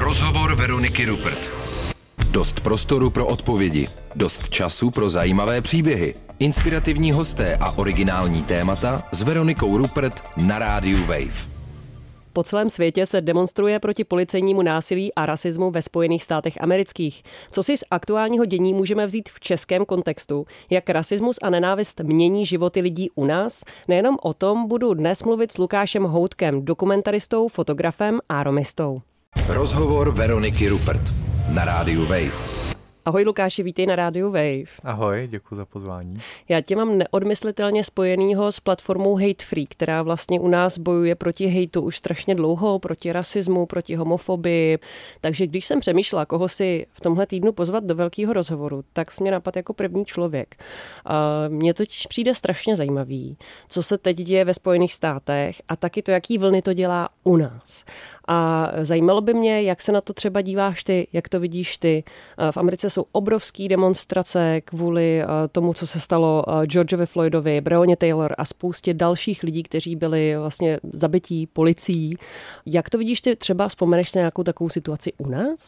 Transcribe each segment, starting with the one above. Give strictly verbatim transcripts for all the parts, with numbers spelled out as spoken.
Rozhovor Veroniky Rupert. Dost prostoru pro odpovědi, dost času pro zajímavé příběhy, inspirativní hosté a originální témata s Veronikou Rupert na rádiu Wave. Po celém světě se demonstruje proti policejnímu násilí a rasismu ve Spojených státech amerických. Co si z aktuálního dění můžeme vzít v českém kontextu? Jak rasismus a nenávist mění životy lidí u nás? Nejenom o tom budu dnes mluvit s Lukášem Houtkem, dokumentaristou, fotografem a romistou. Rozhovor Veroniky Rupert na rádiu Wave. Ahoj Lukáši, vítej na rádiu Wave. Ahoj, děkuji za pozvání. Já tě mám neodmyslitelně spojenýho s platformou Hate Free, která vlastně u nás bojuje proti hejtu už strašně dlouho, proti rasismu, proti homofobii. Takže když jsem přemýšlela, koho si v tomhle týdnu pozvat do velkého rozhovoru, tak jsi mě napadl jako první člověk. Mně to přijde strašně zajímavý, co se teď děje ve Spojených státech a taky to, jaký vlny to dělá u nás. A zajímalo by mě, jak se na to třeba díváš ty, jak to vidíš ty. V Americe jsou obrovské demonstrace kvůli tomu, co se stalo Georgeovi Floydovi, Breonně Taylor a spoustě dalších lidí, kteří byli vlastně zabití policií. Jak to vidíš ty? Třeba vzpomeneš na nějakou takovou situaci u nás?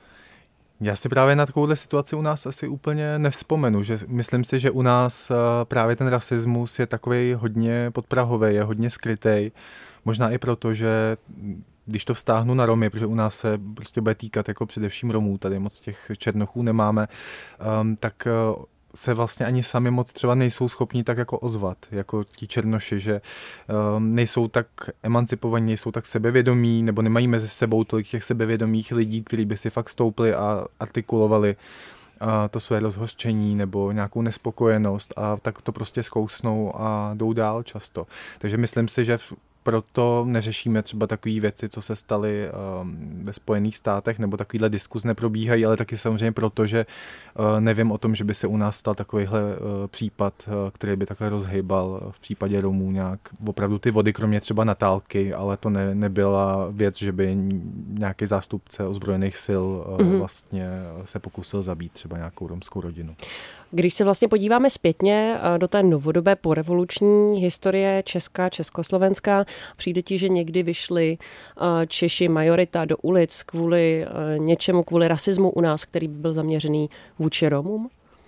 Já si právě na takovouhle situaci u nás asi úplně nevzpomenu, že myslím si, že u nás právě ten rasismus je takovej hodně podprahový, je hodně skrytej. Možná i proto, že když to vztáhnu na Romy, protože u nás se prostě bude týkat jako především Romů, tady moc těch černochů nemáme, um, tak uh, se vlastně ani sami moc třeba nejsou schopni tak jako ozvat, jako ti černoši, že um, nejsou tak emancipovaní, nejsou tak sebevědomí, nebo nemají mezi sebou tolik těch sebevědomých lidí, kteří by si fakt stoupli a artikulovali a to své rozhořčení nebo nějakou nespokojenost a tak to prostě zkousnou a jdou dál často. Takže myslím si, že v proto neřešíme třeba takové věci, co se staly um, ve Spojených státech, nebo takovýhle diskus neprobíhají, ale taky samozřejmě proto, že uh, nevím o tom, že by se u nás stal takovýhle uh, případ, uh, který by takhle rozhejbal v případě Romů nějak opravdu ty vody, kromě třeba Natálky, ale to ne, nebyla věc, že by nějaký zástupce ozbrojených sil uh, mm-hmm. vlastně se pokusil zabít třeba nějakou romskou rodinu. Když se vlastně podíváme zpětně do té novodobé porevoluční historie Česka, Československa, přijde ti, že někdy vyšli Češi majorita do ulic kvůli něčemu, kvůli rasismu u nás, který byl zaměřený vůči Romům?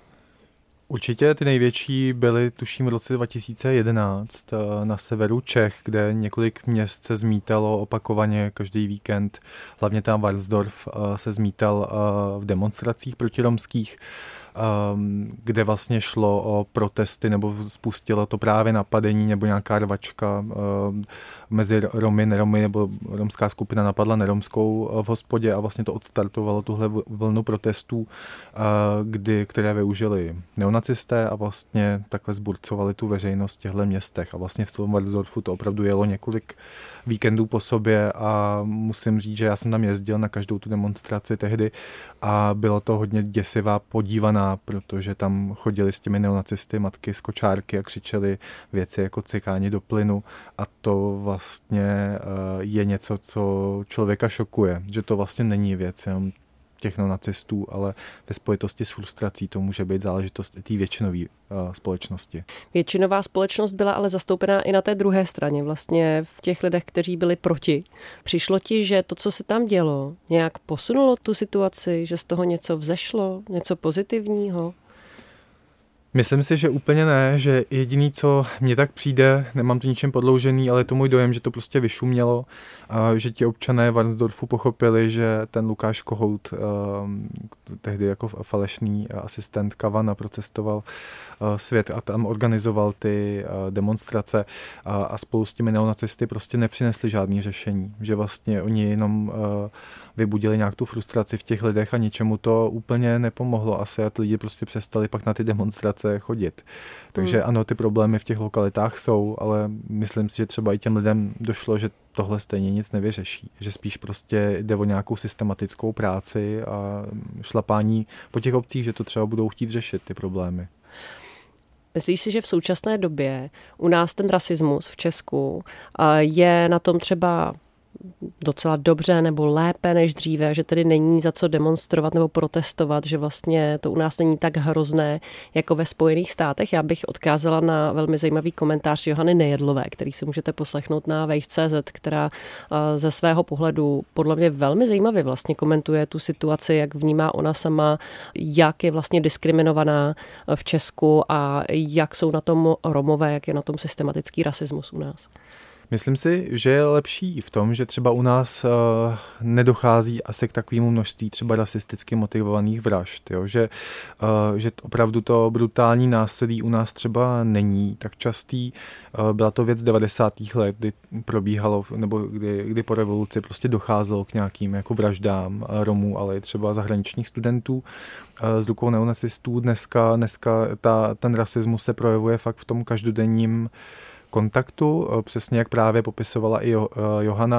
Určitě ty největší byly, tuším, v roce dva tisíce jedenáct na severu Čech, kde několik měst se zmítalo opakovaně každý víkend. Hlavně tam Varnsdorf se zmítal v demonstracích protiromských, kde vlastně šlo o protesty, nebo spustilo to právě napadení nebo nějaká rvačka mezi Romy, neromy, nebo romská skupina napadla neromskou v hospodě a vlastně to odstartovalo tuhle vlnu protestů, kdy, které využili neonacisté a vlastně takhle zburcovali tu veřejnost v těchto městech. A vlastně v tom Varnsdorfu to opravdu jelo několik víkendů po sobě a musím říct, že já jsem tam jezdil na každou tu demonstraci tehdy a bylo to hodně děsivá podívaná, protože tam chodili s těmi neonacisty matky z kočárky a křičeli věci jako cikáni do plynu a to vlastně je něco, co člověka šokuje, že to vlastně není věc jenom těch neonacistů, ale ve spojitosti s frustrací to může být záležitost i té většinové uh, společnosti. Většinová společnost byla ale zastoupená i na té druhé straně, vlastně v těch lidech, kteří byli proti. Přišlo ti, že to, co se tam dělo, nějak posunulo tu situaci, že z toho něco vzešlo, něco pozitivního? Myslím si, že úplně ne, že jediný, co mně tak přijde, nemám to ničem podloužený, ale je to můj dojem, že to prostě vyšumělo, a že ti občané Varnsdorfu pochopili, že ten Lukáš Kohout, tehdy jako falešný asistent Kavana, procestoval svět a tam organizoval ty demonstrace a spolu s těmi neonacisty prostě nepřinesli žádný řešení, že vlastně oni jenom vybudili nějak tu frustraci v těch lidech a ničemu to úplně nepomohlo asi a ty lidi prostě přestali pak na ty demonstrace chodit. Takže hmm. ano, ty problémy v těch lokalitách jsou, ale myslím si, že třeba i těm lidem došlo, že tohle stejně nic nevyřeší. Že spíš prostě jde o nějakou systematickou práci a šlapání po těch obcích, že to třeba budou chtít řešit ty problémy. Myslíš si, že v současné době u nás ten rasismus v Česku je na tom třeba docela dobře nebo lépe než dříve, že tedy není za co demonstrovat nebo protestovat, že vlastně to u nás není tak hrozné jako ve Spojených státech. Já bych odkázala na velmi zajímavý komentář Johany Nejedlové, který si můžete poslechnout na wave tečka cé zet, která ze svého pohledu podle mě velmi zajímavě vlastně komentuje tu situaci, jak vnímá ona sama, jak je vlastně diskriminovaná v Česku a jak jsou na tom Romové, jak je na tom systematický rasismus u nás. Myslím si, že je lepší v tom, že třeba u nás uh, nedochází asi k takovému množství třeba rasisticky motivovaných vražd, jo? Že, uh, že opravdu to brutální násilí u nás třeba není tak častý. Uh, byla to věc devadesátých let, kdy probíhalo, nebo kdy, kdy po revoluci prostě docházelo k nějakým jako vraždám uh, Romů, ale i třeba zahraničních studentů uh, z rukou neonacistů. Dneska, dneska ta, ten rasismus se projevuje fakt v tom každodenním kontaktu, přesně jak právě popisovala i Johana.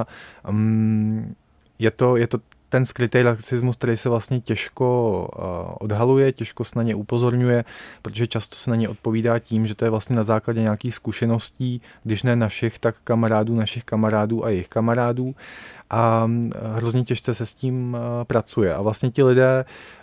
Je to, je to ten skrytý rasismus, který se vlastně těžko odhaluje, těžko se na ně upozorňuje, protože často se na ně odpovídá tím, že to je vlastně na základě nějakých zkušeností, když ne našich, tak kamarádů, našich kamarádů a jejich kamarádů. A hrozně těžce se s tím pracuje. A vlastně ti lidé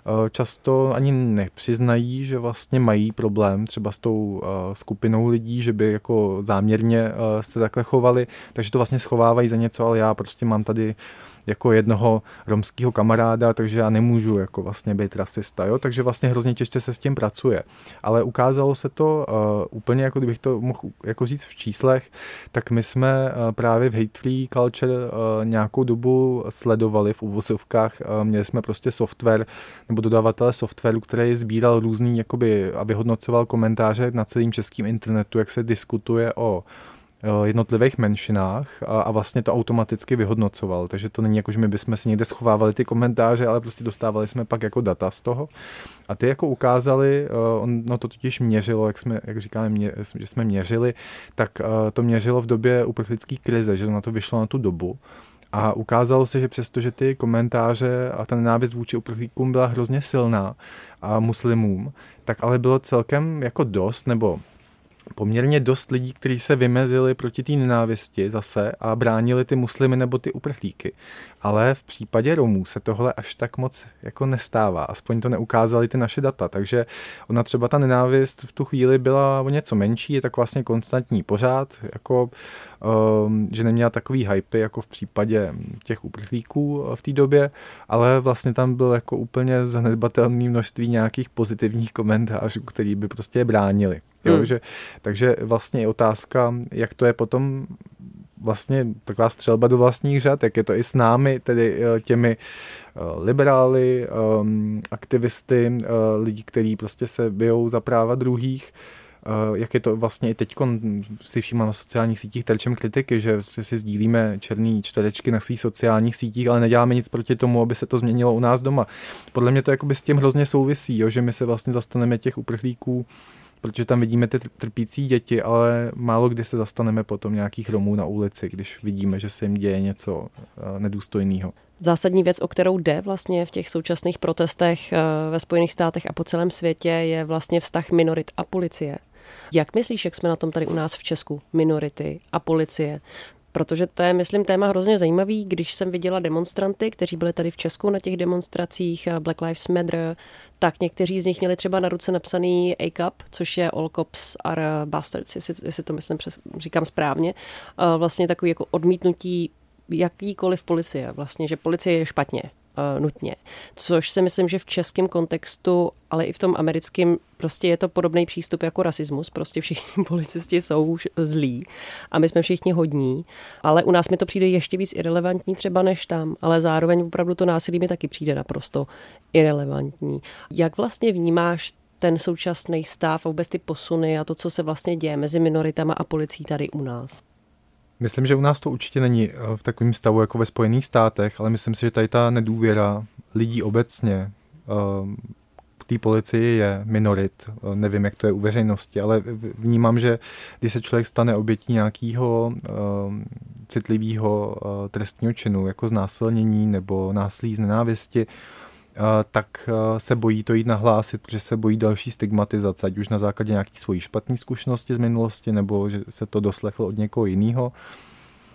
často ani nepřiznají, že vlastně mají problém třeba s tou skupinou lidí, že by jako záměrně se takhle chovali, takže to vlastně schovávají za něco, ale já prostě mám tady jako jednoho romského kamaráda, takže já nemůžu jako vlastně být rasista, jo? Takže vlastně hrozně těžce se s tím pracuje. Ale ukázalo se to uh, úplně, jako kdybych to mohl jako říct v číslech, tak my jsme uh, právě v Hate Free Culture uh, nějakou dobu sledovali v uvozovkách, uh, měli jsme prostě software nebo dodavatele softwaru, který sbíral různý, jakoby, aby hodnocoval komentáře na celém českém internetu, jak se diskutuje o jednotlivých menšinách a, a vlastně to automaticky vyhodnocoval. Takže to není jako, že my bychom si někde schovávali ty komentáře, ale prostě dostávali jsme pak jako data z toho. A ty jako ukázali, no to totiž měřilo, jak jsme, jak říkáme, mě, že jsme měřili, tak to měřilo v době uprchlické krize, že na to vyšlo na tu dobu. A ukázalo se, že přesto, že ty komentáře a ten nenávist vůči uprchlíkům byla hrozně silná a muslimům, tak ale bylo celkem jako dost, nebo poměrně dost lidí, kteří se vymezili proti té nenávisti zase a bránili ty muslimy nebo ty uprchlíky. Ale v případě Romů se tohle až tak moc jako nestává. Aspoň to neukázaly ty naše data. Takže ona třeba ta nenávist v tu chvíli byla o něco menší, je tak vlastně konstantní pořád, jako, um, že neměla takový hype jako v případě těch uprchlíků v té době, ale vlastně tam byl jako úplně zanedbatelné množství nějakých pozitivních komentářů, který by prostě je bránili. Jo, hmm. že, takže vlastně je otázka, jak to je potom vlastně taková střelba do vlastních řad, jak je to i s námi, tedy těmi liberály, aktivisty, lidi, kteří prostě se bijou za práva druhých, jak je to vlastně i teď si všímám na sociálních sítích terčem kritiky, že si, si sdílíme černý čtverečky na svých sociálních sítích, ale neděláme nic proti tomu, aby se to změnilo u nás doma. Podle mě to jakoby s tím hrozně souvisí, jo, že my se vlastně zastaneme těch uprchlíků, protože tam vidíme ty trpící děti, ale málo kdy se zastaneme potom nějakých Romů na ulici, když vidíme, že se jim děje něco nedůstojného. Zásadní věc, o kterou jde vlastně v těch současných protestech ve Spojených státech a po celém světě, je vlastně vztah minorit a policie. Jak myslíš, jak jsme na tom tady u nás v Česku? Minority a policie. Protože to je, myslím, téma hrozně zajímavý, když jsem viděla demonstranty, kteří byli tady v Česku na těch demonstracích Black Lives Matter, tak někteří z nich měli třeba na ruce napsaný A C A P, což je All Cops Are Bastards, jestli, jestli to myslím, přes, říkám správně. Vlastně takový jako odmítnutí jakýkoliv policie, vlastně, že policie je špatně. Nutně. Což si myslím, že v českém kontextu, ale i v tom americkém, prostě je to podobný přístup jako rasismus. Prostě všichni policisti jsou zlí a my jsme všichni hodní, ale u nás mi to přijde ještě víc irelevantní třeba než tam, ale zároveň opravdu to násilí mi taky přijde naprosto irelevantní. Jak vlastně vnímáš ten současný stav a vůbec ty posuny a to, co se vlastně děje mezi minoritama a policií tady u nás? Myslím, že u nás to určitě není v takovém stavu jako ve Spojených státech, ale myslím si, že tady ta nedůvěra lidí obecně k té policii je minorit. Nevím, jak to je u veřejnosti, ale vnímám, že když se člověk stane obětí nějakého citlivého trestního činu, jako znásilnění nebo násilí z nenávisti, tak se bojí to jít nahlásit, protože se bojí další stigmatizace, ať už na základě nějaké svojí špatné zkušenosti z minulosti, nebo že se to doslechl od někoho jiného.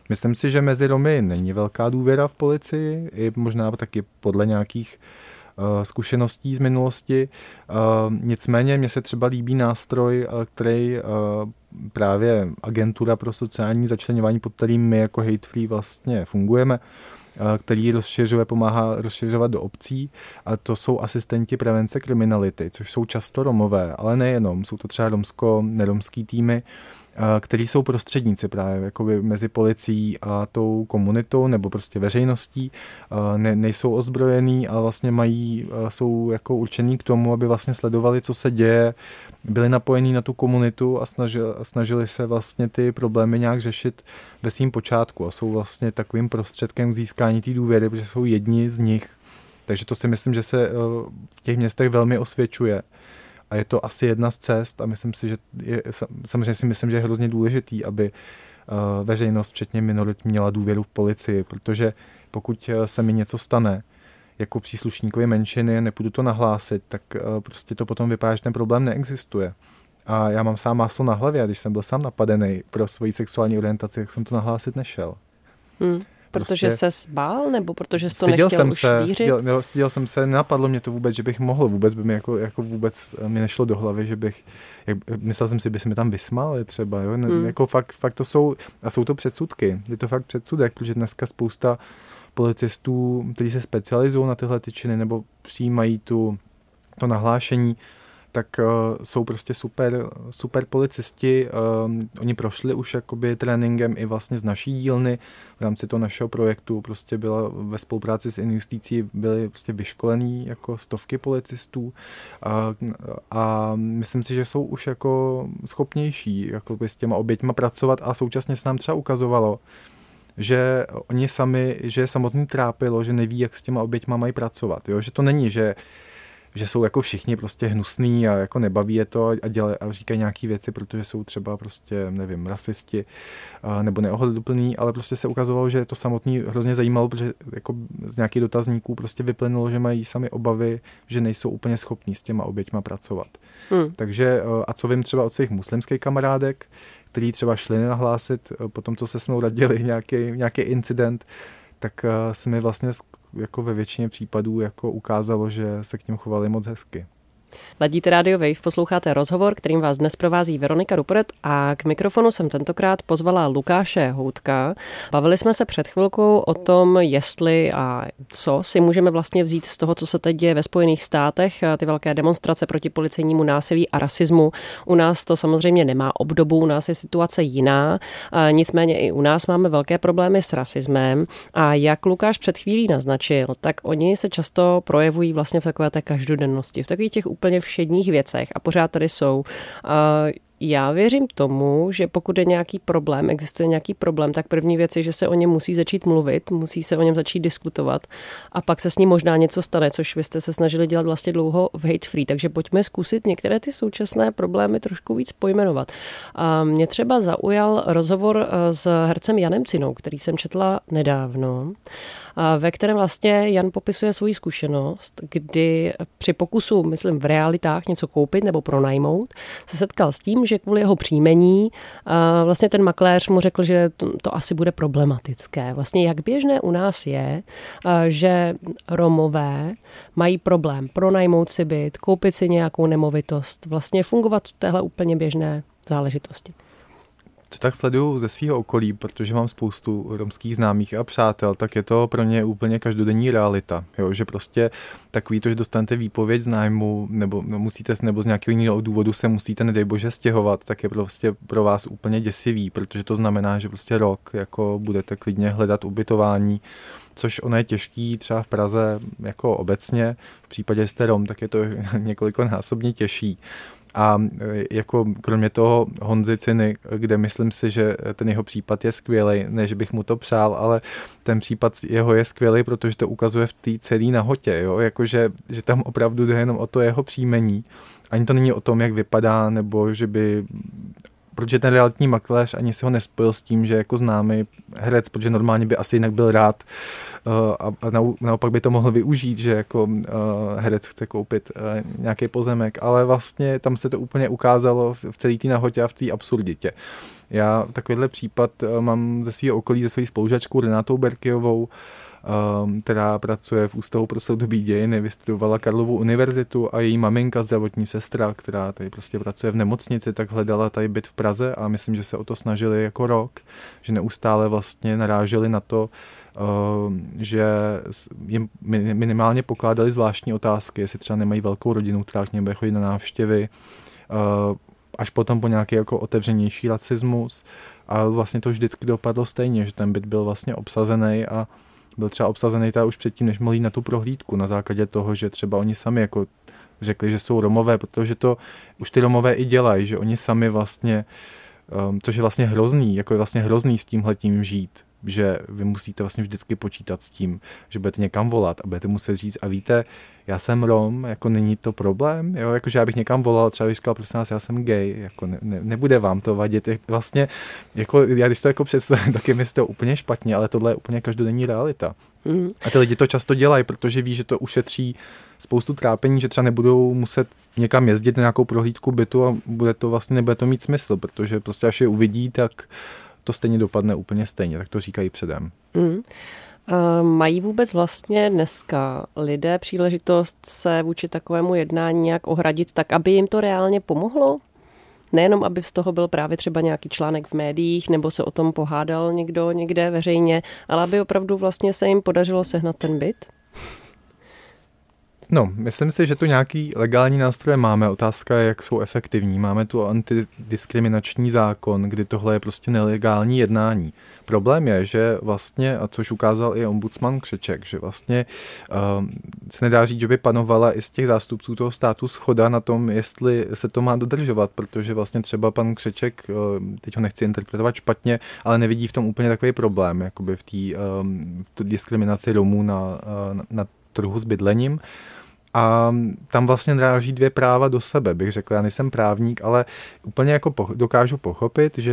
Myslím si, že mezi Romy není velká důvěra v policii, i možná taky podle nějakých uh, zkušeností z minulosti. Uh, nicméně mně se třeba líbí nástroj, uh, který uh, právě Agentura pro sociální začleňování, pod kterým my jako Hate Free vlastně fungujeme, který rozšiřuje, pomáhá rozšiřovat do obcí, a to jsou asistenti prevence kriminality, což jsou často Romové, ale nejenom, jsou to třeba romsko-neromský týmy, který jsou prostředníci právě jakoby mezi policií a tou komunitou nebo prostě veřejností, ne, nejsou ozbrojení, ale vlastně mají, jsou jako určený k tomu, aby vlastně sledovali, co se děje, byli napojení na tu komunitu a snažili, snažili se vlastně ty problémy nějak řešit ve svým počátku a jsou vlastně takovým prostředkem k získání té důvěry, protože jsou jedni z nich. Takže to si myslím, že se v těch městech velmi osvědčuje. A je to asi jedna z cest a myslím si, že je, samozřejmě si myslím, že je hrozně důležitý, aby uh, veřejnost, včetně minorit, měla důvěru v policii, protože pokud se mi něco stane jako příslušníkovi menšiny, nepůjdu to nahlásit, tak uh, prostě to potom vypadá, že ten problém neexistuje. A já mám sám máslo na hlavě a když jsem byl sám napadený pro svoji sexuální orientaci, tak jsem to nahlásit nešel. Hmm. Protože Prostě se bál, nebo protože jsi to nechtěl jsem už se, vířit? Styděl, styděl jsem se, nenapadlo mě to vůbec, že bych mohl, vůbec by mi jako, jako vůbec mi nešlo do hlavy, že bych, jak, myslel jsem si, by se mi tam vysmáli třeba, jo, ne, hmm. jako fakt, fakt to jsou, a jsou to předsudky, je to fakt předsudek, protože dneska spousta policistů, kteří se specializují na tyhle ty činy, nebo přijímají tu, to nahlášení, tak uh, jsou prostě super, super policisti. Uh, oni prošli už jakoby tréninkem i vlastně z naší dílny. V rámci toho našeho projektu prostě byla ve spolupráci s Injusticí byli prostě vyškolení jako stovky policistů. Uh, a myslím si, že jsou už jako schopnější jako s těma oběťma pracovat a současně se nám třeba ukazovalo, že oni sami, že je samotný trápilo, že neví, jak s těma oběťma mají pracovat. Jo? Že to není, že že jsou jako všichni prostě hnusný a jako nebaví je to a, dělají, a říkají nějaké věci, protože jsou třeba prostě, nevím, rasisti a, nebo neohleduplný, ale prostě se ukazovalo, že je to samotný hrozně zajímalo, protože jako z nějakých dotazníků prostě vyplynulo, že mají sami obavy, že nejsou úplně schopní s těma oběťma pracovat. Hmm. Takže a co vím třeba od svých muslimských kamarádek, který třeba šli nahlásit po tom, co se s mnou radili nějaký, nějaký incident, tak se mi vlastně jako ve většině případů jako ukázalo, že se k ním chovali moc hezky. Ladíte Radio Wave, posloucháte rozhovor, kterým vás dnes provází Veronika Rupert a k mikrofonu jsem tentokrát pozvala Lukáše Houtka. Bavili jsme se před chvilkou o tom, jestli a co si můžeme vlastně vzít z toho, co se teď děje ve Spojených státech, ty velké demonstrace proti policejnímu násilí a rasismu. U nás to samozřejmě nemá obdobu, u nás je situace jiná, nicméně i u nás máme velké problémy s rasismem a jak Lukáš před chvílí naznačil, tak oni se často projevují vlastně v takové té každodennosti, v takových těch úplně všedních věcech a pořád tady jsou. Já věřím tomu, že pokud je nějaký problém, existuje nějaký problém, tak první věc je, že se o něm musí začít mluvit, musí se o něm začít diskutovat a pak se s ním možná něco stane, což vy jste se snažili dělat vlastně dlouho v Hate Free, takže pojďme zkusit některé ty současné problémy trošku víc pojmenovat. A mě třeba zaujal rozhovor s hercem Janem Cinou, který jsem četla nedávno, ve kterém vlastně Jan popisuje svoji zkušenost, kdy při pokusu, myslím, v realitách něco koupit nebo pronajmout, se setkal s tím, že kvůli jeho příjmení vlastně ten makléř mu řekl, že to, to asi bude problematické. Vlastně jak běžné u nás je, že Romové mají problém pronajmout si byt, koupit si nějakou nemovitost, vlastně fungovat v téhle úplně běžné záležitosti. Co tak sleduju ze svého okolí, protože mám spoustu romských známých a přátel, tak je to pro ně úplně každodenní realita. Jo? Že prostě takový to, že dostanete výpověď z nájmu, nebo no, musíte, nebo z nějakého jiného důvodu se musíte, nedej bože, stěhovat, tak je prostě pro vás úplně děsivý, protože to znamená, že prostě rok jako budete klidně hledat ubytování, což ono je těžký třeba v Praze jako obecně. V případě, že jste Rom, tak je to několikonásobně těžší. A jako kromě toho Honzy Ciny, kde myslím si, že ten jeho případ je skvělej, ne, že bych mu to přál, ale ten případ jeho je skvělej, protože to ukazuje v té celé nahotě, jo? Jakože, že tam opravdu jde jenom o to jeho příjmení. Ani to není o tom, jak vypadá, nebo že by protože ten realitní makléř ani si ho nespojil s tím, že jako známý herec, protože normálně by asi jinak byl rád uh, a, a naopak by to mohl využít, že jako uh, herec chce koupit uh, nějaký pozemek, ale vlastně tam se to úplně ukázalo v celé té nahotě a v té absurditě. Já takovýhle případ uh, mám ze svého okolí, ze svojí spolužačkou Renátou Berkyovou, Um, která pracuje v Ústavu pro soudobí dějiny, vystudovala Karlovu univerzitu a její maminka, zdravotní sestra, která tady prostě pracuje v nemocnici, tak hledala tady byt v Praze a myslím, že se o to snažili jako rok, že neustále vlastně naráželi na to, um, že jim minimálně pokládali zvláštní otázky, jestli třeba nemají velkou rodinu, která k nim bude chodit na návštěvy, uh, až potom po nějaký jako otevřenější rasismus a vlastně to vždycky dopadlo stejně, že ten byt byl vlastně obsazený a byl třeba obsazený tady už předtím, než mohli jít na tu prohlídku, na základě toho, že třeba oni sami jako řekli, že jsou Romové, protože to už ty Romové i dělají, že oni sami vlastně, um, což je vlastně hrozný, jako je vlastně hrozný s tímhletím žít, že vy musíte vlastně vždycky počítat s tím, že budete někam volat a budete muset říct a víte, já jsem Rom, jako není to problém, jo, jakože já bych někam volal, třeba bych říkal, prosím vás, já jsem gay, jako ne, ne, nebude vám to vadit, vlastně, jako já když to jako představím, tak je mi to úplně špatně, ale tohle je úplně každodenní realita. Mm. A ty lidi to často dělají, protože ví, že to ušetří spoustu trápení, že třeba nebudou muset někam jezdit na nějakou prohlídku bytu a bude to vlastně, nebude to mít smysl, protože prostě až je uvidí, tak to stejně dopadne úplně stejně, tak to říkají předem. Mm. Mají vůbec vlastně dneska lidé příležitost se vůči takovému jednání nějak ohradit tak, aby jim to reálně pomohlo? Nejenom, aby z toho byl právě třeba nějaký článek v médiích, nebo se o tom pohádal někdo někde veřejně, ale aby opravdu vlastně se jim podařilo sehnat ten byt? No, myslím si, že tu nějaký legální nástroje máme. Otázka je, jak jsou efektivní. Máme tu antidiskriminační zákon, kdy tohle je prostě nelegální jednání. Problém je, že vlastně, a což ukázal i ombudsman Křeček, že vlastně uh, se nedá říct, že by panovala i z těch zástupců toho státu shoda na tom, jestli se to má dodržovat, protože vlastně třeba pan Křeček, uh, teď ho nechci interpretovat špatně, ale nevidí v tom úplně takový problém, jakoby v té um, diskriminaci Romů na, uh, na, na trhu s bydlením. A tam vlastně naráží dvě práva do sebe, bych řekl. Já nejsem právník, ale úplně jako poch- dokážu pochopit, že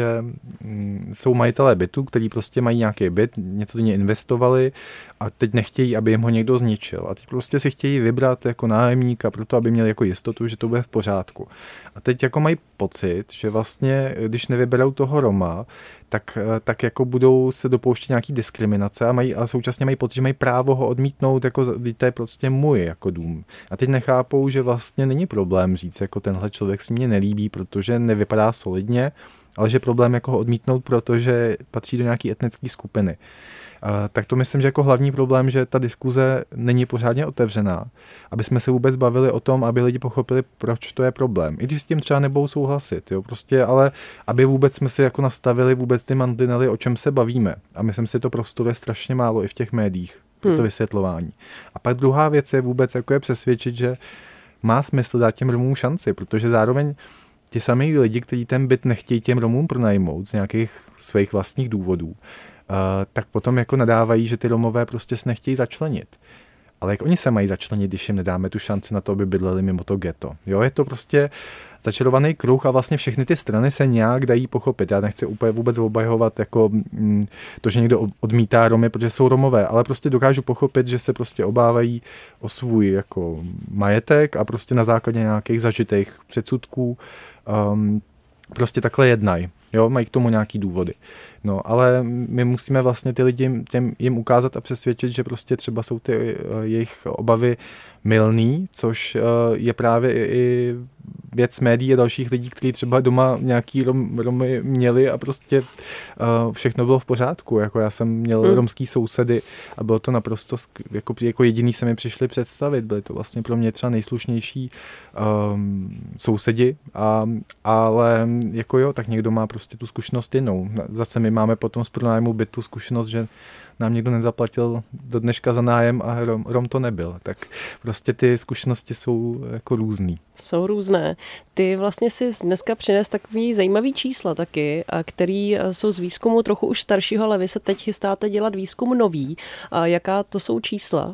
mm, jsou majitelé bytu, kteří prostě mají nějaký byt, něco do něj investovali a teď nechtějí, aby jim ho někdo zničil. A teď prostě si chtějí vybrat jako nájemníka proto, aby měli jako jistotu, že to bude v pořádku. A teď jako mají pocit, že vlastně, když nevyberou toho Roma, tak, tak jako budou se dopouštět nějaký diskriminace a, mají, a současně mají pocit, že mají právo ho odmítnout, jako to je prostě můj jako dům. A teď nechápou, že vlastně není problém říct, jako tenhle člověk si mě nelíbí, protože nevypadá solidně, ale že problém jako ho odmítnout, protože patří do nějaké etnické skupiny. Uh, tak to myslím, že jako hlavní problém, že ta diskuze není pořádně otevřená, aby jsme se vůbec bavili o tom, aby lidi pochopili, proč to je problém. I když s tím třeba nebudou souhlasit, jo, prostě, ale aby vůbec jsme si jako nastavili vůbec ty mantinely, o čem se bavíme. A myslím si, to prostoru je strašně málo i v těch médiích pro to hmm. vysvětlování. A pak druhá věc je vůbec jako je přesvědčit, že má smysl dát těm Romům šanci, protože zároveň ti samý lidi, kteří ten byt nechtějí těm Romům pronajmout z nějakých svých vlastních důvodů, Uh, tak potom jako nadávají, že ty Romové prostě se nechtějí začlenit. Ale jak oni se mají začlenit, když jim nedáme tu šanci na to, aby bydleli mimo to ghetto? Jo, je to prostě začarovaný kruh a vlastně všechny ty strany se nějak dají pochopit. Já nechci úplně vůbec obhajovat jako mm, to, že někdo odmítá Romy, protože jsou Romové, ale prostě dokážu pochopit, že se prostě obávají o svůj jako majetek a prostě na základě nějakých zažitých předsudků um, prostě takhle jednají. Jo, mají k tomu nějaký důvody. No, ale my musíme vlastně ty lidi těm, jim ukázat a přesvědčit, že prostě třeba jsou ty uh, jejich obavy mylný, což uh, je právě i věc médií a dalších lidí, kteří třeba doma nějaký rom, Romy měli a prostě uh, všechno bylo v pořádku. Jako já jsem měl hmm. romský sousedy a bylo to naprosto, jako, jako jediný se mi přišli představit. Byli to vlastně pro mě třeba nejslušnější um, sousedi, a, ale jako jo, tak někdo má prostě tu zkušenost jinou. Zase my máme potom z pronájmu bytu zkušenost, že nám někdo nezaplatil do dneška za nájem a Rom, Rom to nebyl. Tak prostě ty zkušenosti jsou jako různý. Jsou různé. Ty vlastně si dneska přines takový zajímavý čísla taky, který jsou z výzkumu trochu už staršího, ale vy se teď chystáte dělat výzkum nový. A jaká to jsou čísla?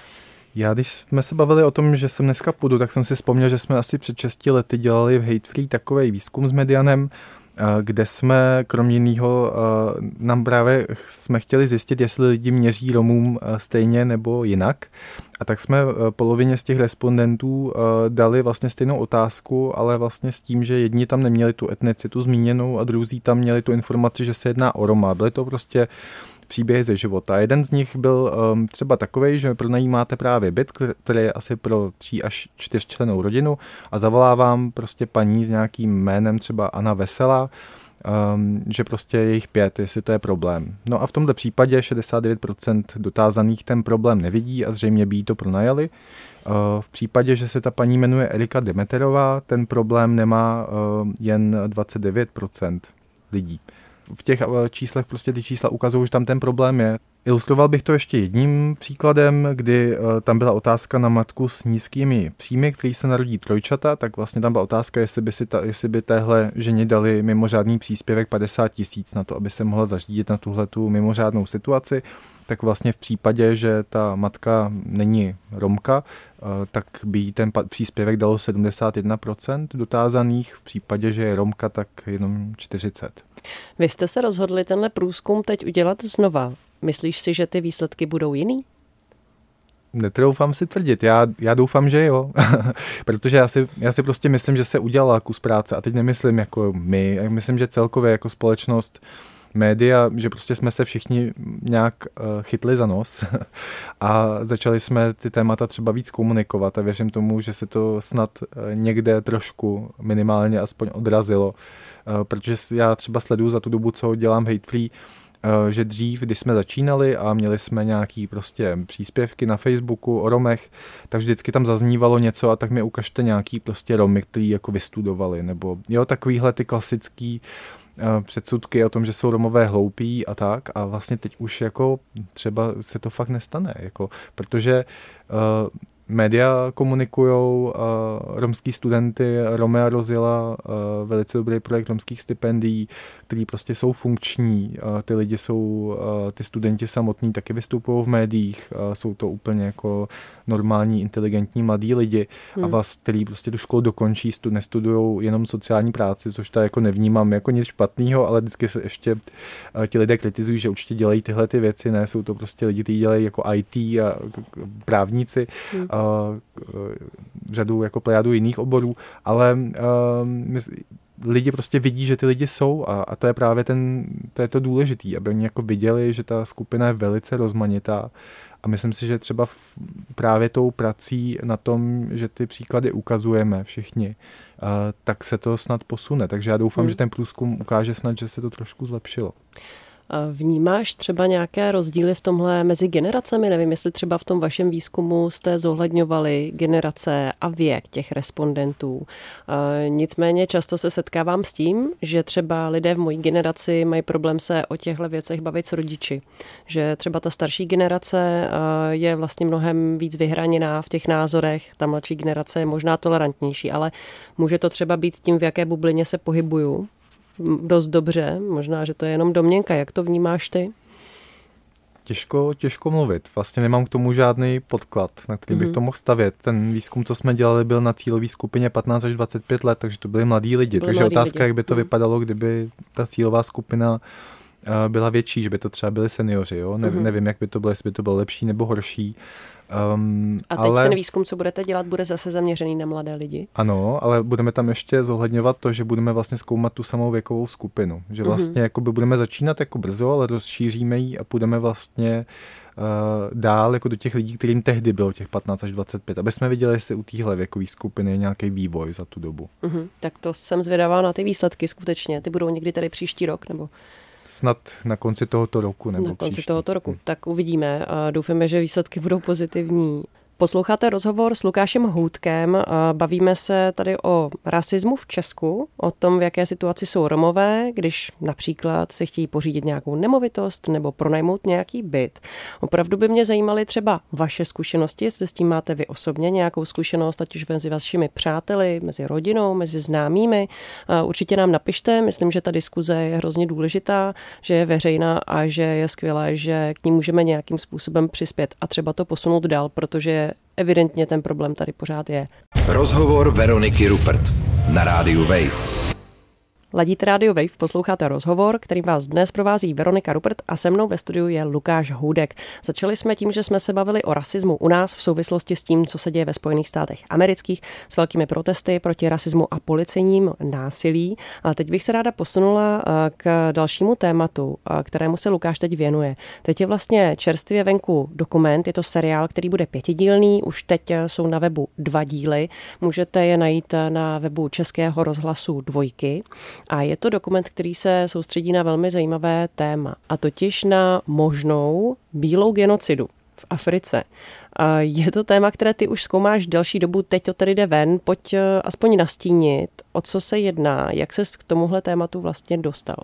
Já, když jsme se bavili o tom, že sem dneska půjdu, tak jsem si vzpomněl, že jsme asi před šesti lety dělali v Hate Free takovej výzkum s Medianem, kde jsme kromě jiného nám právě jsme chtěli zjistit, jestli lidi měří Romům stejně nebo jinak. A tak jsme polovině z těch respondentů dali vlastně stejnou otázku, ale vlastně s tím, že jedni tam neměli tu etnicitu zmíněnou a druzí tam měli tu informaci, že se jedná o Roma. Byly to prostě příběhy ze života. Jeden z nich byl um, třeba takovej, že pronajímáte právě byt, který je asi pro tří až čtyřčlennou rodinu a zavolá vám prostě paní s nějakým jménem třeba Anna Veselá, um, že prostě je jich pět, jestli to je problém. No a v tomto případě šedesát devět procent dotázaných ten problém nevidí a zřejmě by jí to pronajali. Uh, v případě, že se ta paní jmenuje Erika Demeterová, ten problém nemá uh, jen dvacet devět procent lidí. V těch číslech prostě ty čísla ukazují, že tam ten problém je. Ilustroval bych to ještě jedním příkladem, kdy tam byla otázka na matku s nízkými příjmy, který se narodí trojčata, tak vlastně tam byla otázka, jestli by, si ta, jestli by téhle ženě dali mimořádný příspěvek padesát tisíc na to, aby se mohla zařídit na tuhletu mimořádnou situaci. Tak vlastně v případě, že ta matka není Romka, tak by jí ten příspěvek dalo sedmdesát jedna procent dotázaných, v případě, že je Romka, tak jenom čtyřicet procent. Vy jste se rozhodli tenhle průzkum teď udělat znova. Myslíš si, že ty výsledky budou jiný? Netroufám si tvrdit, já, já doufám, že jo, protože já si, já si prostě myslím, že se udělala kus práce a teď nemyslím jako my, myslím, že celkově jako společnost, média, že prostě jsme se všichni nějak uh, chytli za nos a začali jsme ty témata třeba víc komunikovat a věřím tomu, že se to snad uh, někde trošku minimálně aspoň odrazilo, uh, protože já třeba sleduju za tu dobu, co dělám Hate Free, že dřív, když jsme začínali a měli jsme nějaký prostě příspěvky na Facebooku o Romech, tak vždycky tam zaznívalo něco a tak mi ukažte nějaký prostě Romy, který jako vystudovali, nebo jo, takovýhle ty klasický uh, předsudky o tom, že jsou Romové hloupí a tak a vlastně teď už jako třeba se to fakt nestane, jako, protože uh, média komunikujou, uh, romský studenty, Romea rozjela uh, velice dobrý projekt romských stipendií, který prostě jsou funkční, uh, ty lidi jsou, uh, ty studenti samotní taky vystupují v médiích, uh, jsou to úplně jako normální, inteligentní mladí lidi hmm. a vás, který prostě tu školu dokončí, stud, nestudujou jenom sociální práci, což to jako nevnímám jako nic špatného, ale vždycky se ještě uh, ti lidé kritizují, že určitě dělají tyhle ty věci, ne, jsou to prostě lidi, kteří dělají jako í té a právníci, hmm. Uh, řadu jako plejádu jiných oborů, ale uh, lidi prostě vidí, že ty lidi jsou a, a to je právě ten, to je to důležitý, aby oni jako viděli, že ta skupina je velice rozmanitá a myslím si, že třeba v, právě tou prací na tom, že ty příklady ukazujeme všichni, uh, tak se to snad posune, takže já doufám, hmm. že ten průzkum ukáže snad, že se to trošku zlepšilo. Vnímáš třeba nějaké rozdíly v tomhle mezi generacemi? Nevím, jestli třeba v tom vašem výzkumu jste zohledňovali generace a věk těch respondentů. Nicméně často se setkávám s tím, že třeba lidé v mojí generaci mají problém se o těchto věcech bavit s rodiči. Že třeba ta starší generace je vlastně mnohem víc vyhraněná v těch názorech, ta mladší generace je možná tolerantnější, ale může to třeba být tím, v jaké bublině se pohybuju, dost dobře, možná, že to je jenom domněnka. Jak to vnímáš ty? Těžko, těžko mluvit. Vlastně nemám k tomu žádný podklad, na který bych mm-hmm. to mohl stavět. Ten výzkum, co jsme dělali, byl na cílové skupině patnáct až dvacet pět let, takže to byli mladí lidi. Byli takže mladí otázka, lidi. Jak by to mm. vypadalo, kdyby ta cílová skupina byla větší, že by to třeba byli seniori. Jo? Ne, mm-hmm. Nevím, jak by to bylo, jestli by to bylo lepší nebo horší. Um, a teď ale... ten výzkum, co budete dělat, bude zase zaměřený na mladé lidi? Ano, ale budeme tam ještě zohledňovat to, že budeme vlastně zkoumat tu samou věkovou skupinu. Že vlastně mm-hmm. jakoby budeme začínat jako brzo, ale rozšíříme ji a půjdeme vlastně uh, dál jako do těch lidí, kterým tehdy bylo těch patnáct až dvacet pět, aby jsme viděli, jestli u téhle věkové skupiny je nějaký vývoj za tu dobu. Mm-hmm. Tak to jsem zvědavá na ty výsledky skutečně. Ty budou někdy tady příští rok, nebo... Snad na konci tohoto roku. Nebo na konci příští. tohoto roku. Hmm. Tak uvidíme a doufáme, že výsledky budou pozitivní. Posloucháte rozhovor s Lukášem Houtkem. Bavíme se tady o rasismu v Česku, o tom, v jaké situaci jsou Romové, když například si chtějí pořídit nějakou nemovitost nebo pronajmout nějaký byt. Opravdu by mě zajímaly třeba vaše zkušenosti, jestli s tím máte vy osobně nějakou zkušenost, ať už mezi vašimi přáteli, mezi rodinou, mezi známými. Určitě nám napište, myslím, že ta diskuze je hrozně důležitá, že je veřejná a že je skvělé, že k ní můžeme nějakým způsobem přispět a třeba to posunout dál, protože evidentně ten problém tady pořád je. Rozhovor Veroniky Rupert na rádiu Wave. Ladíte Radio Wave, posloucháte rozhovor, který vás dnes provází Veronika Rupert a se mnou ve studiu je Lukáš Houdek. Začali jsme tím, že jsme se bavili o rasismu u nás v souvislosti s tím, co se děje ve Spojených státech amerických, s velkými protesty proti rasismu a policejním násilí. Ale teď bych se ráda posunula k dalšímu tématu, kterému se Lukáš teď věnuje. Teď je vlastně čerstvě venku dokument, je to seriál, který bude pětidílný, už teď jsou na webu dva díly, můžete je najít na webu Českého rozhlasu Dvojky. A je to dokument, který se soustředí na velmi zajímavé téma, a totiž na možnou bílou genocidu v Africe. A je to téma, které ty už zkoumáš delší dobu, teď to tady jde ven, pojď aspoň nastínit, o co se jedná, jak ses k tomuhle tématu vlastně dostal.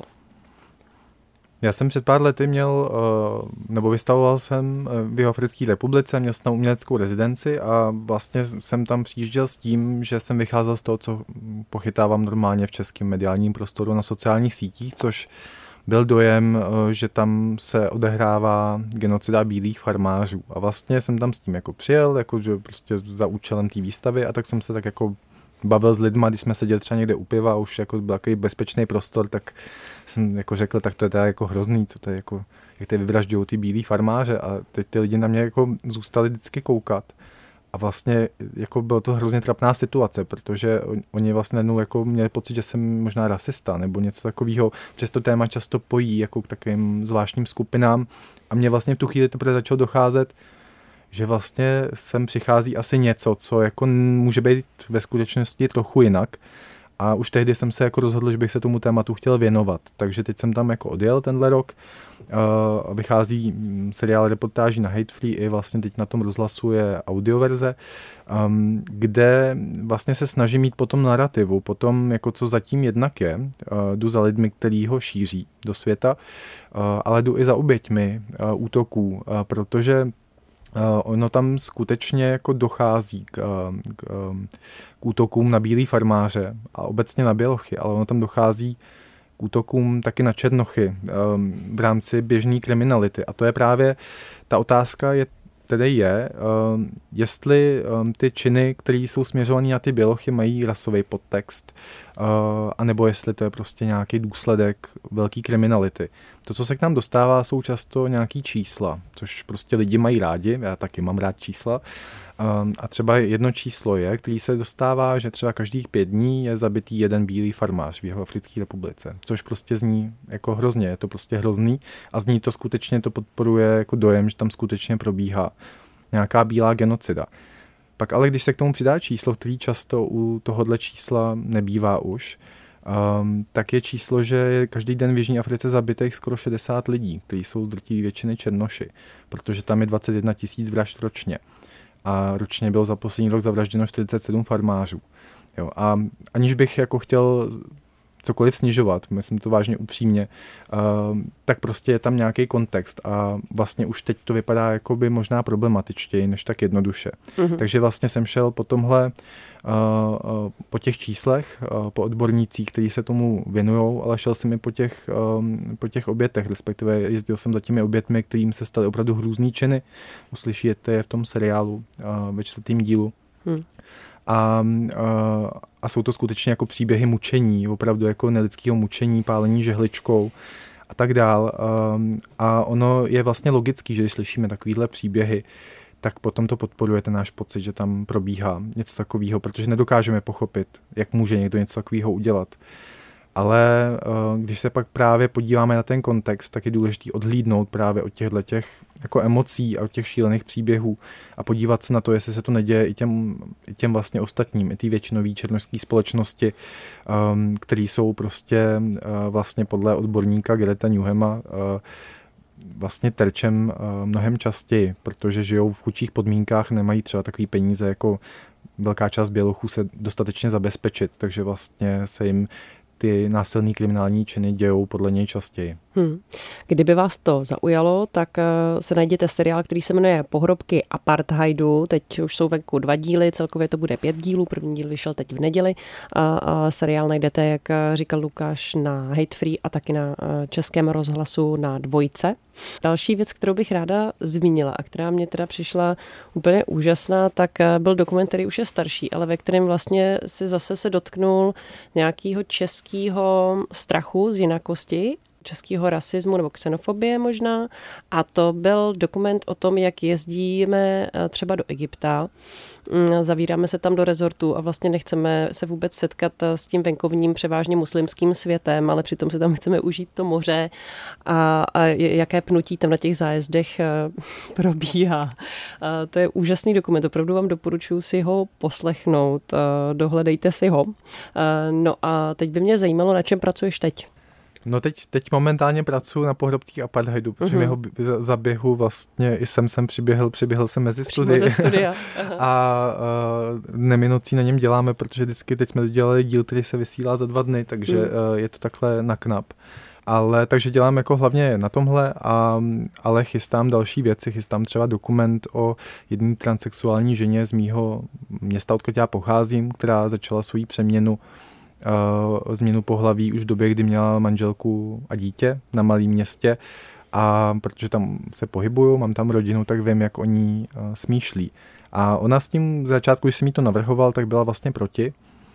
Já jsem před pár lety měl, nebo vystavoval jsem v Jihoafrické republice, měl jsem tam uměleckou rezidenci a vlastně jsem tam přijížděl s tím, že jsem vycházel z toho, co pochytávám normálně v českém mediálním prostoru na sociálních sítích, což byl dojem, že tam se odehrává genocida bílých farmářů. A vlastně jsem tam s tím jako přijel, jako že prostě za účelem té výstavy, a tak jsem se tak jako bavil s lidma, když jsme seděli třeba někde u piva a už jako byl takový bezpečný prostor, tak jsem jako řekl, tak to je teda jako hrozný, co to je jako, jak tady vyvražďují ty bílí farmáře, a teď ty lidi na mě jako zůstali vždycky koukat. A vlastně jako bylo to hrozně trapná situace, protože oni vlastně jednou jako měli pocit, že jsem možná rasista nebo něco takového. Přesto téma často pojí jako k takovým zvláštním skupinám, a mě vlastně v tu chvíli teprve začalo docházet, že vlastně sem přichází asi něco, co jako může být ve skutečnosti trochu jinak. A už tehdy jsem se jako rozhodl, že bych se tomu tématu chtěl věnovat. Takže teď jsem tam jako odjel tenhle rok. Uh, vychází seriál reportáží na Hate Free, i vlastně teď na tom rozhlasu je audioverze, um, kde vlastně se snažím mít po tom narrativu, po tom, jako co zatím jednak je. Uh, jdu za lidmi, který ho šíří do světa, uh, ale jdu i za oběťmi uh, útoků, uh, protože Uh, ono tam skutečně jako dochází k, k, k útokům na bílý farmáře a obecně na bělochy, ale ono tam dochází k útokům taky na černochy um, v rámci běžné kriminality. A to je právě ta otázka, je, tedy je, um, jestli um, ty činy, které jsou směřované na ty bělochy, mají rasový podtext, uh, anebo jestli to je prostě nějaký důsledek velké kriminality. To, co se k nám dostává, jsou často nějaký čísla, což prostě lidi mají rádi, já taky mám rád čísla. Um, a třeba jedno číslo je, který se dostává, že třeba každých pět dní je zabitý jeden bílý farmář v Jihoafrické republice, což prostě zní jako hrozně, je to prostě hrozný a zní to skutečně, to podporuje jako dojem, že tam skutečně probíhá nějaká bílá genocida. Pak ale když se k tomu přidá číslo, který často u tohohle čísla nebývá už, Um, tak je číslo, že je každý den v Jižní Africe zabitých skoro šedesát lidí, kteří jsou z drtivé většiny černoši, protože tam je dvacet jedna tisíc vražd ročně. A ročně bylo za poslední rok zavražděno čtyřicet sedm farmářů. Jo, a aniž bych jako chtěl cokoliv snižovat, myslím to vážně upřímně, uh, tak prostě je tam nějaký kontext a vlastně už teď to vypadá jakoby možná problematičtěji, než tak jednoduše. Mm-hmm. Takže vlastně jsem šel po tomhle, uh, uh, po těch číslech, uh, po odbornících, kteří se tomu věnujou, ale šel jsem i po těch, um, po těch obětech, respektive jezdil jsem za těmi obětmi, kterým se staly opravdu hrůzný činy. Uslyšíte je v tom seriálu uh, ve čtvrtém dílu. Mm. A, a jsou to skutečně jako příběhy mučení, opravdu jako nelidského mučení, pálení žehličkou a tak dál. A ono je vlastně logický, že když slyšíme takovýhle příběhy, tak potom to podporuje ten náš pocit, že tam probíhá něco takového, protože nedokážeme pochopit, jak může někdo něco takového udělat. Ale když se pak právě podíváme na ten kontext, tak je důležité odhlídnout právě od těchto těch jako emocí a od těch šílených příběhů a podívat se na to, jestli se to neděje i těm, i těm vlastně ostatním, i té většinové černošské společnosti, um, který jsou prostě uh, vlastně podle odborníka Gareta Newhama uh, vlastně terčem uh, mnohem častěji, protože žijou v chudších podmínkách, nemají třeba takový peníze jako velká část bělochů se dostatečně zabezpečit, takže vlastně se jim ty násilné kriminální činy dějou podle něj častěji. Hmm. Kdyby vás to zaujalo, tak se najděte seriál, který se jmenuje Pohrobky apartheidu. Teď už jsou venku dva díly, celkově to bude pět dílů. První díl vyšel teď v neděli. A, a seriál najdete, jak říkal Lukáš, na Hate Free a taky na Českém rozhlasu na Dvojce. Další věc, kterou bych ráda zmínila a která mě teda přišla úplně úžasná, tak byl dokument, který už je starší, ale ve kterém vlastně si zase se dotknul nějakého českého strachu z jinakosti, českého rasismu nebo xenofobie možná. A to byl dokument o tom, jak jezdíme třeba do Egypta, zavíráme se tam do rezortu a vlastně nechceme se vůbec setkat s tím venkovním převážně muslimským světem, ale přitom se tam chceme užít to moře a, a jaké pnutí tam na těch zájezdech probíhá. A to je úžasný dokument, opravdu vám doporučuji si ho poslechnout, dohledejte si ho. No a teď by mě zajímalo, na čem pracuješ teď. No teď, teď momentálně pracuji na Pohrobcích apartheidu, protože mi ho zaběhu vlastně i jsem sem přiběhl, přiběhl jsem mezi studii a uh, neminoucí na něm děláme, protože vždycky teď jsme dodělali díl, který se vysílá za dva dny, takže mm. uh, je to takhle na knap. Ale takže dělám jako hlavně na tomhle, a, ale chystám další věci, chystám třeba dokument o jedné transsexuální ženě z mýho města, odkud já pocházím, která začala svoji přeměnu Uh, změnu pohlaví už v době, kdy měla manželku a dítě na malém městě, a protože tam se pohybuju, mám tam rodinu, tak vím, jak o ní uh, smýšlí. A ona s tím v začátku, když jsem jí to navrhoval, tak byla vlastně proti.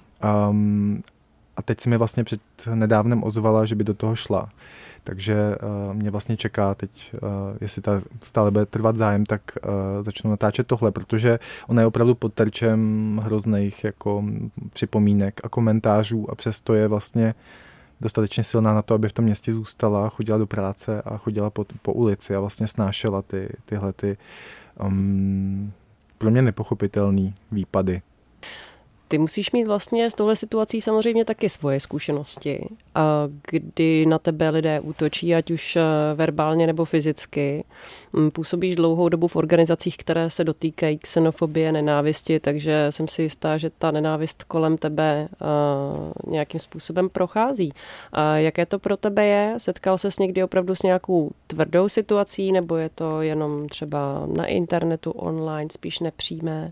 Um, a teď si mi vlastně před nedávnem ozvala, že by do toho šla. Takže uh, mě vlastně čeká teď, uh, jestli ta stále bude trvat zájem, tak uh, začnu natáčet tohle, protože ona je opravdu pod terčem hrozných jako připomínek a komentářů a přesto je vlastně dostatečně silná na to, aby v tom městě zůstala, chodila do práce a chodila po, po ulici a vlastně snášela ty, tyhle ty um, pro mě nepochopitelné výpady. Ty musíš mít vlastně s touhle situací samozřejmě taky svoje zkušenosti, kdy na tebe lidé útočí, ať už verbálně nebo fyzicky. Působíš dlouhou dobu v organizacích, které se dotýkají xenofobie, nenávisti, takže jsem si jistá, že ta nenávist kolem tebe nějakým způsobem prochází. A jaké to pro tebe je? Setkal ses někdy opravdu s nějakou tvrdou situací, nebo je to jenom třeba na internetu, online, spíš nepřímé?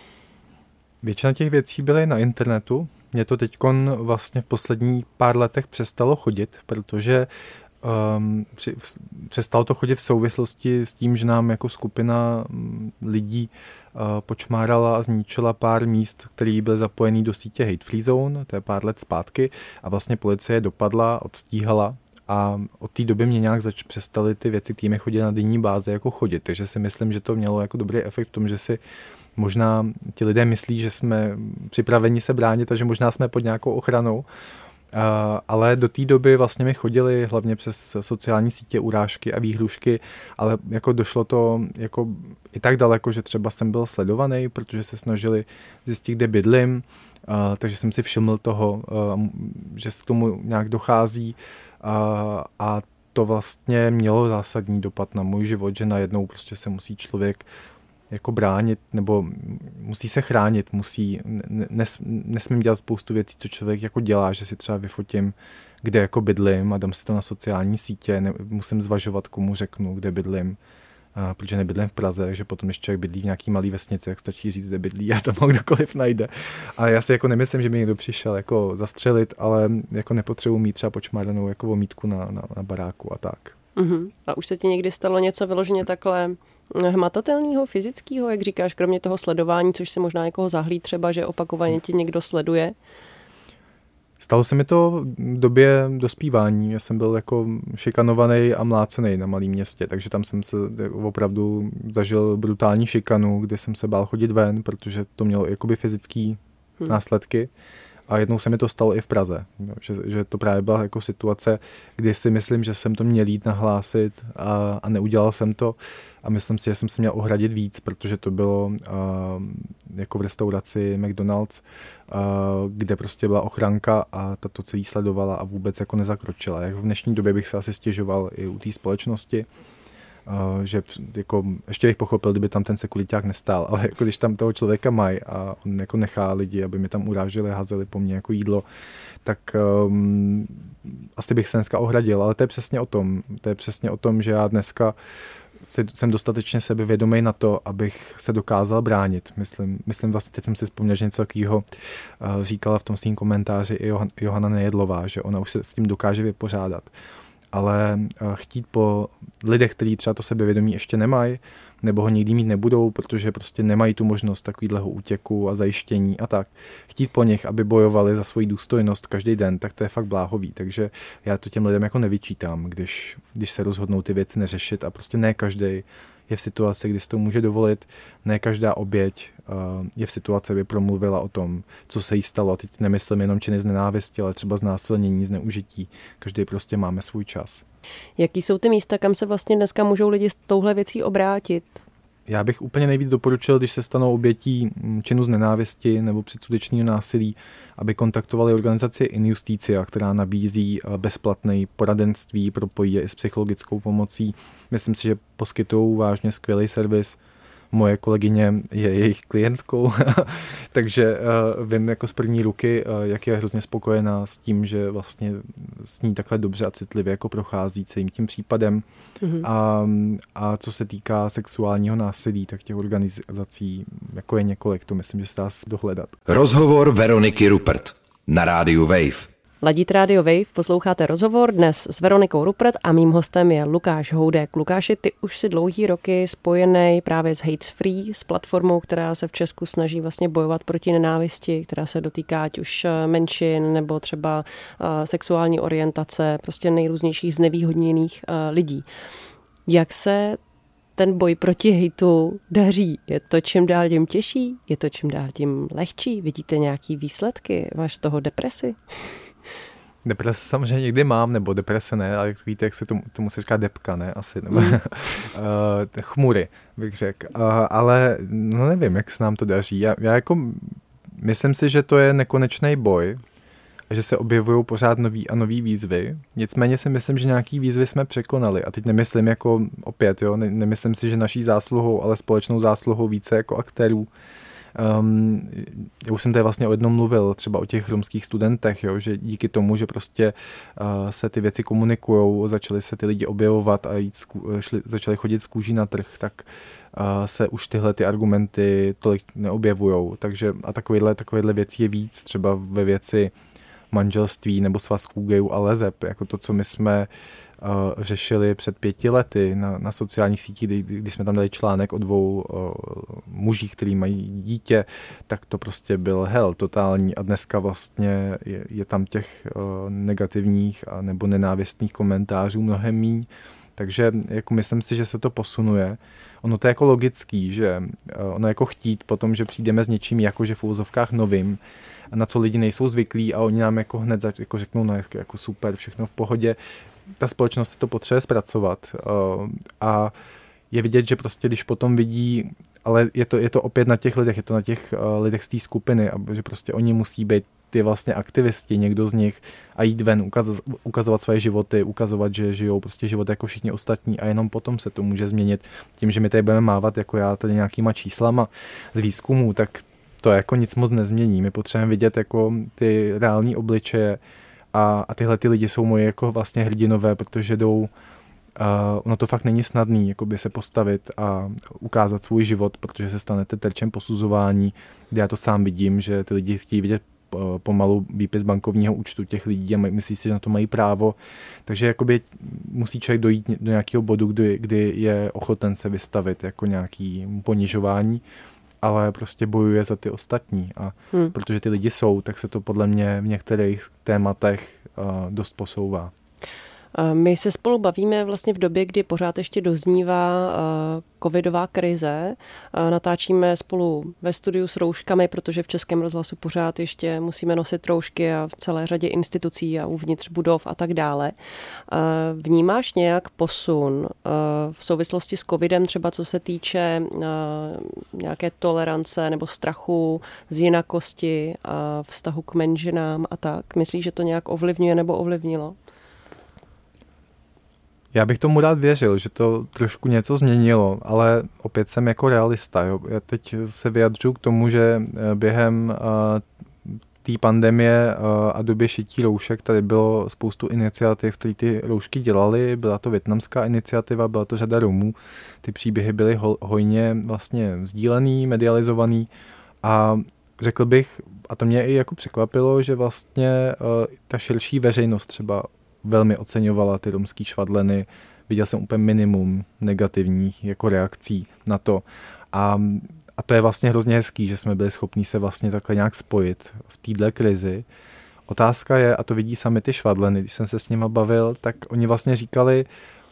Většina těch věcí byly na internetu. Mě to teďkon vlastně v posledních pár letech přestalo chodit, protože um, při, v, přestalo to chodit v souvislosti s tím, že nám jako skupina lidí uh, počmárala a zničila pár míst, které byly zapojený do sítě Hate Free Zone, to je pár let zpátky, a vlastně policie dopadla, odstíhala. A od té doby mě nějak zač- přestaly ty věci, které mi chodí na denní báze, jako chodit. Takže si myslím, že to mělo jako dobrý efekt v tom, že si možná ti lidé myslí, že jsme připraveni se bránit a že možná jsme pod nějakou ochranou. Uh, ale do té doby vlastně mi chodili hlavně přes sociální sítě urážky a výhrušky, ale jako došlo to jako i tak daleko, že třeba jsem byl sledovaný, protože se snažili zjistit, kde bydlím, uh, takže jsem si všiml toho, uh, že se k tomu nějak dochází. A, a to vlastně mělo zásadní dopad na můj život, že najednou prostě se musí člověk jako bránit, nebo musí se chránit, musí, nes, nesmím dělat spoustu věcí, co člověk jako dělá, že si třeba vyfotím, kde jako bydlím a dám si to na sociální sítě, ne, musím zvažovat, komu řeknu, kde bydlím, a, protože nebydlím v Praze, takže potom, když člověk bydlí v nějaký malý vesnici, jak stačí říct, kde bydlí a tam ho kdokoliv najde. A já si jako nemyslím, že by někdo přišel jako zastřelit, ale jako nepotřebuji mít třeba počmáranou jako omítku na, na, na baráku a tak. Uh-huh. A už se ti někdy stalo něco vyloženě takhle hmatatelného, fyzického, jak říkáš, kromě toho sledování, což se možná někoho zahlí třeba, že opakovaně ti někdo sleduje? Stalo se mi to v době dospívání. Já jsem byl jako šikanovaný a mlácený na malém městě, takže tam jsem se opravdu zažil brutální šikanu, kde jsem se bál chodit ven, protože to mělo jakoby fyzický hmm. následky. A jednou se mi to stalo i v Praze, že, že to právě byla jako situace, kdy si myslím, že jsem to měl jít nahlásit a, a neudělal jsem to. A myslím si, že jsem se měl ohradit víc, protože to bylo uh, jako v restauraci McDonald's, uh, kde prostě byla ochranka a ta to celý sledovala a vůbec jako nezakročila. Jak v dnešní době bych se asi stěžoval i u té společnosti. že jako, ještě bych pochopil, kdyby tam ten sekuriták nestál, ale jako když tam toho člověka mají a on jako nechá lidi, aby mi tam uráželi, házeli po mně jako jídlo, tak um, asi bych se dneska ohradil, ale to je přesně o tom. To je přesně o tom, že já dneska si, jsem dostatečně sebevědomý na to, abych se dokázal bránit. Myslím, myslím vlastně, teď jsem si vzpomněl, že něco takového uh, říkala v tom svým komentáři i Johan, Johana Nejedlová, že ona už se s tím dokáže vypořádat. Ale uh, chtít po lidech, kteří třeba to sebevědomí ještě nemají, nebo ho nikdy mít nebudou, protože prostě nemají tu možnost takovýhleho útěku a zajištění a tak. Chtít po nich, aby bojovali za svoji důstojnost každý den, tak to je fakt bláhový. Takže já to těm lidem jako nevyčítám, když, když se rozhodnou ty věci neřešit a prostě ne každý je v situaci, kdy si to může dovolit, ne každá oběť uh, je v situaci, aby promluvila o tom, co se jí stalo. A teď nemyslím jenom činy z nenávisti, ale třeba znásilnění, zneužití. Každý prostě máme svůj čas. Jaký jsou ty místa, kam se vlastně dneska můžou lidi s touhle věcí obrátit? Já bych úplně nejvíc doporučil, když se stanou obětí činu z nenávisti nebo předsudečného násilí, aby kontaktovali organizaci Injusticia, která nabízí bezplatné poradenství, propojí je i s psychologickou pomocí. Myslím si, že poskytují vážně skvělý servis. Moje kolegyně je jejich klientkou, takže uh, vím jako z první ruky, uh, jak je hrozně spokojená s tím, že vlastně s ní takhle dobře a citlivě jako prochází celým tím případem. Mm-hmm. A, a co se týká sexuálního násilí, tak těch organizací jako je několik, to myslím, že se dá dohledat. Rozhovor Veroniky Rupert na rádiu Wave. Ladíte Radio Wave, posloucháte rozhovor dnes s Veronikou Rupert a mým hostem je Lukáš Houdek. Lukáši, ty už si dlouhý roky spojený právě s Hate Free, s platformou, která se v Česku snaží vlastně bojovat proti nenávisti, která se dotýká ať už menšin nebo třeba uh, sexuální orientace, prostě nejrůznějších znevýhodněných uh, lidí. Jak se ten boj proti hejtu daří? Je to čím dál tím těžší? Je to čím dál tím lehčí? Vidíte nějaký výsledky? Máš z toho depresi? Deprese samozřejmě někdy mám, nebo deprese ne, ale jak víte, jak se tomu, tomu se říká depka, ne, asi, nebo mm. chmury, bych řekl. Uh, ale no nevím, jak se nám to daří. Já, já jako myslím si, že to je nekonečný boj a že se objevují pořád nový a nový výzvy. Nicméně si myslím, že nějaký výzvy jsme překonali. A teď nemyslím jako opět, jo, ne, nemyslím si, že naší zásluhou, ale společnou zásluhou více jako aktérů. Um, já už jsem tady vlastně o jednom mluvil, třeba o těch romských studentech, jo, že díky tomu, že prostě uh, se ty věci komunikujou, začaly se ty lidi objevovat a jít zku, šli, začali chodit z kůží na trh, tak uh, se už tyhle ty argumenty tolik neobjevujou. Takže a takovýhle, takovýhle věcí je víc, třeba ve věci manželství nebo svazků gayů a leseb, jako to, co my jsme uh, řešili před pěti lety na, na sociálních sítích, kdy, kdy jsme tam dali článek o dvou uh, mužích, který mají dítě, tak to prostě byl hell totální a dneska vlastně je, je tam těch uh, negativních a nebo nenávistných komentářů mnohem míň. Takže jako myslím si, že se to posunuje. Ono to je jako logický, že uh, ono jako chtít potom, že přijdeme s něčím jakože v úvozovkách novým, na co lidi nejsou zvyklí a oni nám jako hned zač- jako řeknou, no jako super, všechno v pohodě. Ta společnost si to potřebuje zpracovat uh, a je vidět, že prostě když potom vidí, ale je to, je to opět na těch lidech, je to na těch uh, lidech z té skupiny, a že prostě oni musí být ty vlastně aktivisti, někdo z nich a jít ven, ukaz- ukazovat své životy, ukazovat, že žijou prostě život jako všichni ostatní a jenom potom se to může změnit. Tím, že my tady budeme mávat jako já tady nějakýma číslama z výzkumů, tak to jako nic moc nezmění. My potřebujeme vidět jako ty reální obličeje a, a tyhle ty lidi jsou moje jako vlastně hrdinové, protože jdou, uh, ono to fakt není snadný jakoby se postavit a ukázat svůj život, protože se stanete terčem posuzování, kde já to sám vidím, že ty lidi chtějí vidět uh, pomalu výpis bankovního účtu těch lidí a myslí si, že na to mají právo. Takže jakoby musí člověk dojít do nějakého bodu, kdy, kdy je ochoten se vystavit jako nějaký ponižování, ale prostě bojuje za ty ostatní a hmm. protože ty lidi jsou, tak se to podle mě v některých tématech uh, dost posouvá. My se spolu bavíme vlastně v době, kdy pořád ještě doznívá covidová krize. Natáčíme spolu ve studiu s rouškami, protože v Českém rozhlasu pořád ještě musíme nosit roušky a v celé řadě institucí a uvnitř budov a tak dále. Vnímáš nějak posun v souvislosti s covidem, třeba co se týče nějaké tolerance nebo strachu z jinakosti a vztahu k menšinám a tak? Myslíš, že to nějak ovlivňuje nebo ovlivnilo? Já bych tomu rád věřil, že to trošku něco změnilo, ale opět jsem jako realista. Jo. Já teď se vyjadřuji k tomu, že během uh, té pandemie uh, a době šití roušek tady bylo spoustu iniciativ, které ty roušky dělaly. Byla to vietnamská iniciativa, byla to řada Romů. Ty příběhy byly ho, hojně vlastně sdílený, medializovaný a řekl bych, a to mě i jako překvapilo, že vlastně uh, ta širší veřejnost třeba velmi oceňovala ty romský švadleny. Viděl jsem úplně minimum negativních jako reakcí na to. A, a to je vlastně hrozně hezký, že jsme byli schopní se vlastně takhle nějak spojit v téhle krizi. Otázka je, a to vidí sami ty švadleny, když jsem se s nima bavil, tak oni vlastně říkali,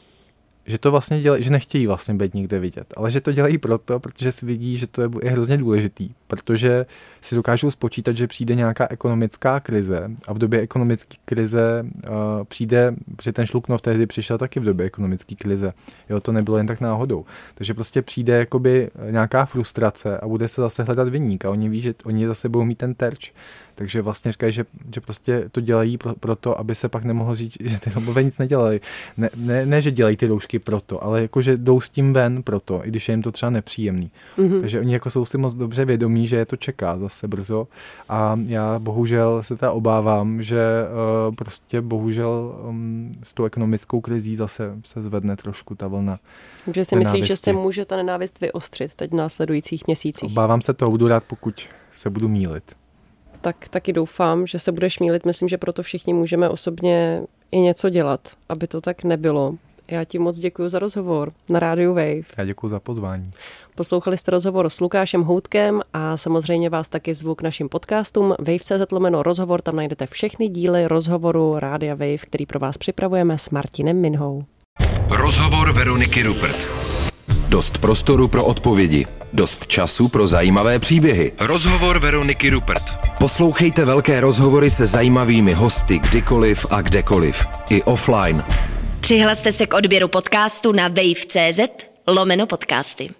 že to vlastně dělají, že nechtějí vlastně být nikde vidět, ale že to dělají proto, protože si vidí, že to je, je hrozně důležitý, protože si dokážou spočítat, že přijde nějaká ekonomická krize a v době ekonomické krize uh, přijde, protože ten Šluknov tehdy přišel taky v době ekonomické krize, jo, to nebylo jen tak náhodou, takže prostě přijde jakoby nějaká frustrace a bude se zase hledat viník a oni ví, že oni zase budou mít ten terč. Takže vlastně říkají, že, že prostě to dělají pro, proto, aby se pak nemohlo říct, že ty Romové nic nedělají. Ne, ne, ne, že dělají ty roušky proto, ale jako, že jdou s tím ven proto, i když je jim to třeba nepříjemný. Mm-hmm. Takže oni jako jsou si moc dobře vědomí, že je to čeká zase brzo. A já bohužel se teda obávám, že uh, prostě bohužel um, s tou ekonomickou krizí zase se zvedne trošku ta vlna. Takže si myslíš, že se může ta nenávist vyostřit teď v následujících měsících? Obávám se toho, budu rád, pokud se budu mýlit. Tak taky doufám, že se budeš mýlit. Myslím, že proto všichni můžeme osobně i něco dělat, aby to tak nebylo. Já ti moc děkuji za rozhovor na rádiu Wave. Já děkuji za pozvání. Poslouchali jste rozhovor s Lukášem Houtkem a samozřejmě vás taky zvu k našim podcastům wave tečka cé zet lomeno rozhovor. Tam najdete všechny díly rozhovoru Rádia Wave, který pro vás připravujeme s Martinem Minhou. Rozhovor Veroniky Rupert. Dost prostoru pro odpovědi. Dost času pro zajímavé příběhy. Rozhovor Veroniky Rupert. Poslouchejte velké rozhovory se zajímavými hosty kdykoliv a kdekoliv. I offline. Přihlaste se k odběru podcastu na wave tečka cé zet lomeno podcasty.